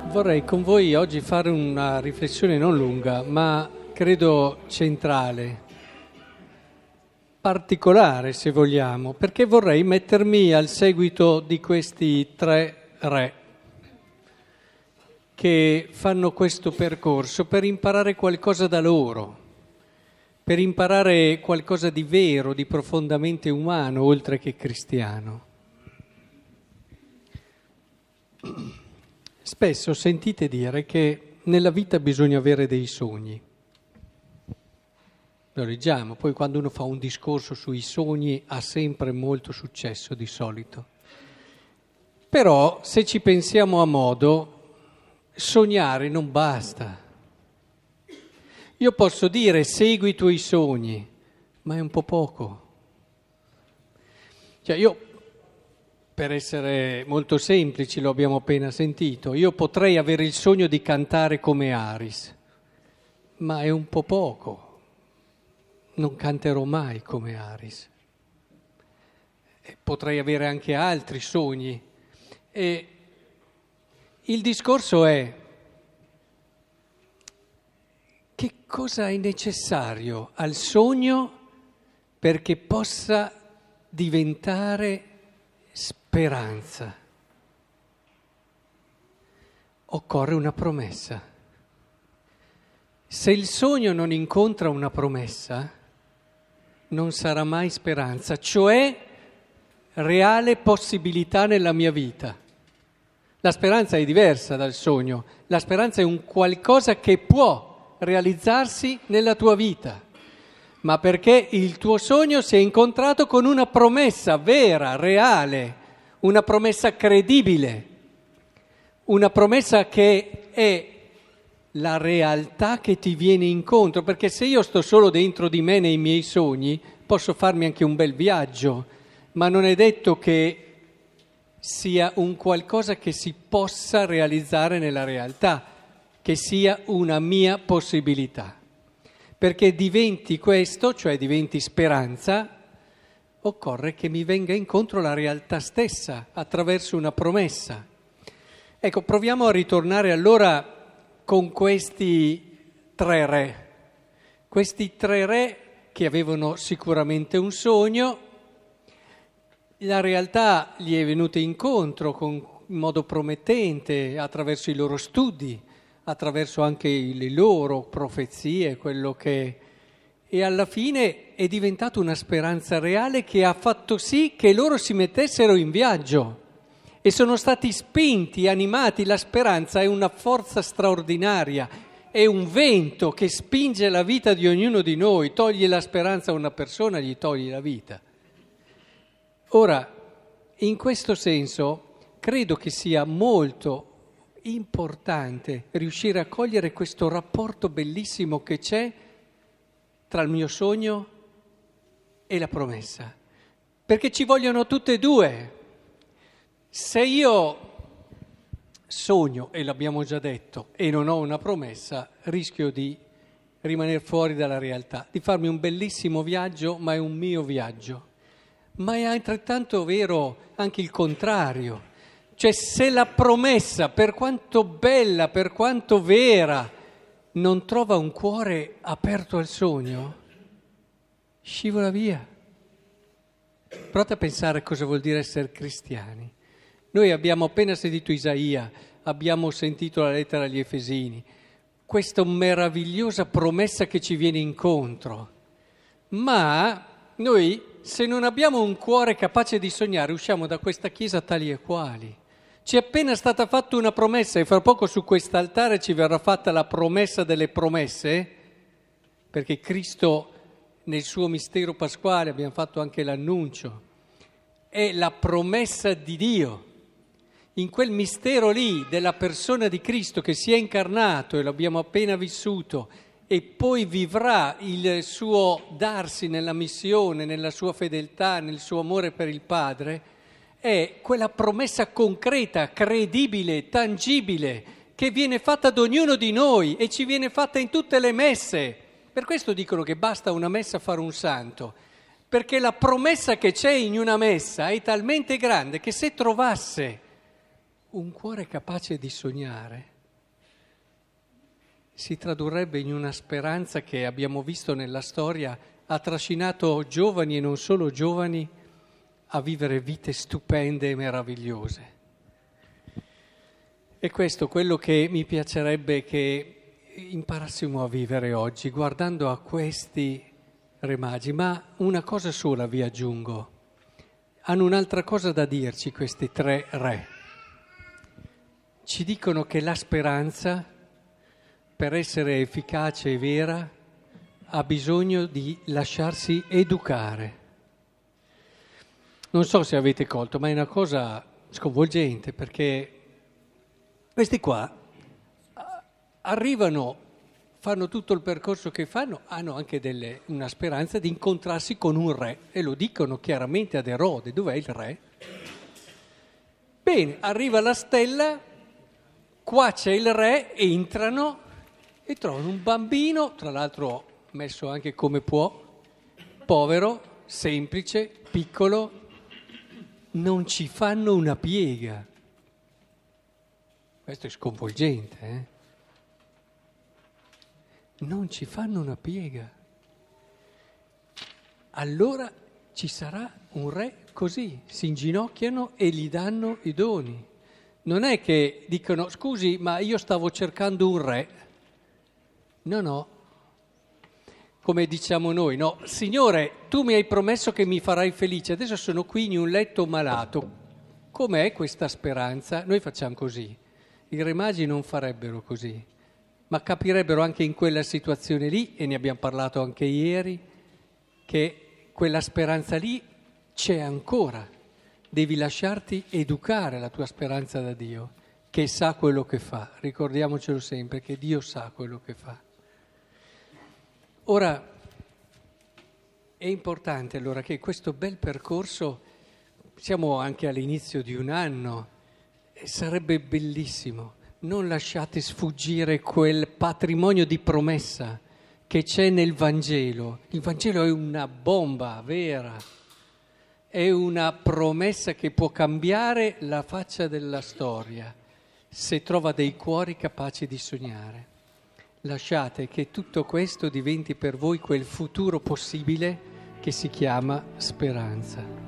Vorrei con voi oggi fare una riflessione non lunga, ma credo centrale, particolare se vogliamo, perché vorrei mettermi al seguito di questi tre re che fanno questo percorso per imparare qualcosa da loro, per imparare qualcosa di vero, di profondamente umano, oltre che cristiano. Spesso sentite dire che nella vita bisogna avere dei sogni. Lo leggiamo, poi quando uno fa un discorso sui sogni ha sempre molto successo di solito. Però se ci pensiamo a modo, sognare non basta. Io posso dire segui i tuoi sogni, ma è un po' poco. Per essere molto semplici, lo abbiamo appena sentito, io potrei avere il sogno di cantare come Aris, ma è un po' poco, non canterò mai come Aris. Potrei avere anche altri sogni. E il discorso è: che cosa è necessario al sogno perché possa diventare speranza? Occorre una promessa. Se il sogno non incontra una promessa, non sarà mai speranza, cioè reale possibilità nella mia vita. La speranza è diversa dal sogno, la speranza è un qualcosa che può realizzarsi nella tua vita, ma perché il tuo sogno si è incontrato con una promessa vera, reale, una promessa credibile, una promessa che è la realtà che ti viene incontro, perché se io sto solo dentro di me nei miei sogni, posso farmi anche un bel viaggio, ma non è detto che sia un qualcosa che si possa realizzare nella realtà, che sia una mia possibilità. Perché diventi questo, cioè diventi speranza, occorre che mi venga incontro la realtà stessa attraverso una promessa. Ecco, proviamo a ritornare allora con questi tre re che avevano sicuramente un sogno. La realtà gli è venuta incontro in modo promettente attraverso i loro studi, attraverso anche le loro profezie, e alla fine è diventata una speranza reale che ha fatto sì che loro si mettessero in viaggio e sono stati spinti, animati. La speranza è una forza straordinaria, è un vento che spinge la vita di ognuno di noi. Toglie la speranza a una persona, gli toglie la vita. Ora, in questo senso, credo che sia molto importante riuscire a cogliere questo rapporto bellissimo che c'è tra il mio sogno e la promessa, perché ci vogliono tutte e due. Se io sogno, e l'abbiamo già detto, e non ho una promessa, rischio di rimanere fuori dalla realtà, di farmi un bellissimo viaggio, ma è un mio viaggio. Ma è altrettanto vero anche il contrario. Cioè, se la promessa, per quanto bella, per quanto vera, non trova un cuore aperto al sogno, scivola via. Provate a pensare cosa vuol dire essere cristiani. Noi abbiamo appena sentito Isaia, abbiamo sentito la lettera agli Efesini, questa meravigliosa promessa che ci viene incontro. Ma noi, se non abbiamo un cuore capace di sognare, usciamo da questa chiesa tali e quali. Ci è appena stata fatta una promessa e fra poco su quest'altare ci verrà fatta la promessa delle promesse, perché Cristo nel suo mistero pasquale, abbiamo fatto anche l'annuncio, è la promessa di Dio. In quel mistero lì della persona di Cristo che si è incarnato e l'abbiamo appena vissuto e poi vivrà il suo darsi nella missione, nella sua fedeltà, nel suo amore per il Padre, è quella promessa concreta, credibile, tangibile, che viene fatta ad ognuno di noi e ci viene fatta in tutte le messe. Per questo dicono che basta una messa a fare un santo, perché la promessa che c'è in una messa è talmente grande che se trovasse un cuore capace di sognare, si tradurrebbe in una speranza che abbiamo visto nella storia, ha trascinato giovani e non solo giovani a vivere vite stupende e meravigliose. E questo è quello che mi piacerebbe che imparassimo a vivere oggi, guardando a questi re magi. Ma una cosa sola vi aggiungo. Hanno un'altra cosa da dirci questi tre re. Ci dicono che la speranza, per essere efficace e vera, ha bisogno di lasciarsi educare. Non so se avete colto, ma è una cosa sconvolgente, perché questi qua arrivano, fanno tutto il percorso che fanno, hanno anche una speranza di incontrarsi con un re, e lo dicono chiaramente ad Erode: dov'è il re? Bene, arriva la stella, qua c'è il re, entrano e trovano un bambino, tra l'altro messo anche come può, povero, semplice, piccolo, non ci fanno una piega. Questo è sconvolgente, eh? Non ci fanno una piega. Allora ci sarà un re così, si inginocchiano e gli danno i doni. Non è che dicono: scusi, ma io stavo cercando un re. No. Come diciamo noi, no? Signore, tu mi hai promesso che mi farai felice, adesso sono qui in un letto malato. Com'è questa speranza? Noi facciamo così. I re magi non farebbero così, ma capirebbero anche in quella situazione lì, e ne abbiamo parlato anche ieri, che quella speranza lì c'è ancora. Devi lasciarti educare la tua speranza da Dio, che sa quello che fa. Ricordiamocelo sempre, che Dio sa quello che fa. Ora, è importante allora che questo bel percorso, siamo anche all'inizio di un anno, e sarebbe bellissimo, non lasciate sfuggire quel patrimonio di promessa che c'è nel Vangelo. Il Vangelo è una bomba vera, è una promessa che può cambiare la faccia della storia se trova dei cuori capaci di sognare. Lasciate che tutto questo diventi per voi quel futuro possibile che si chiama speranza.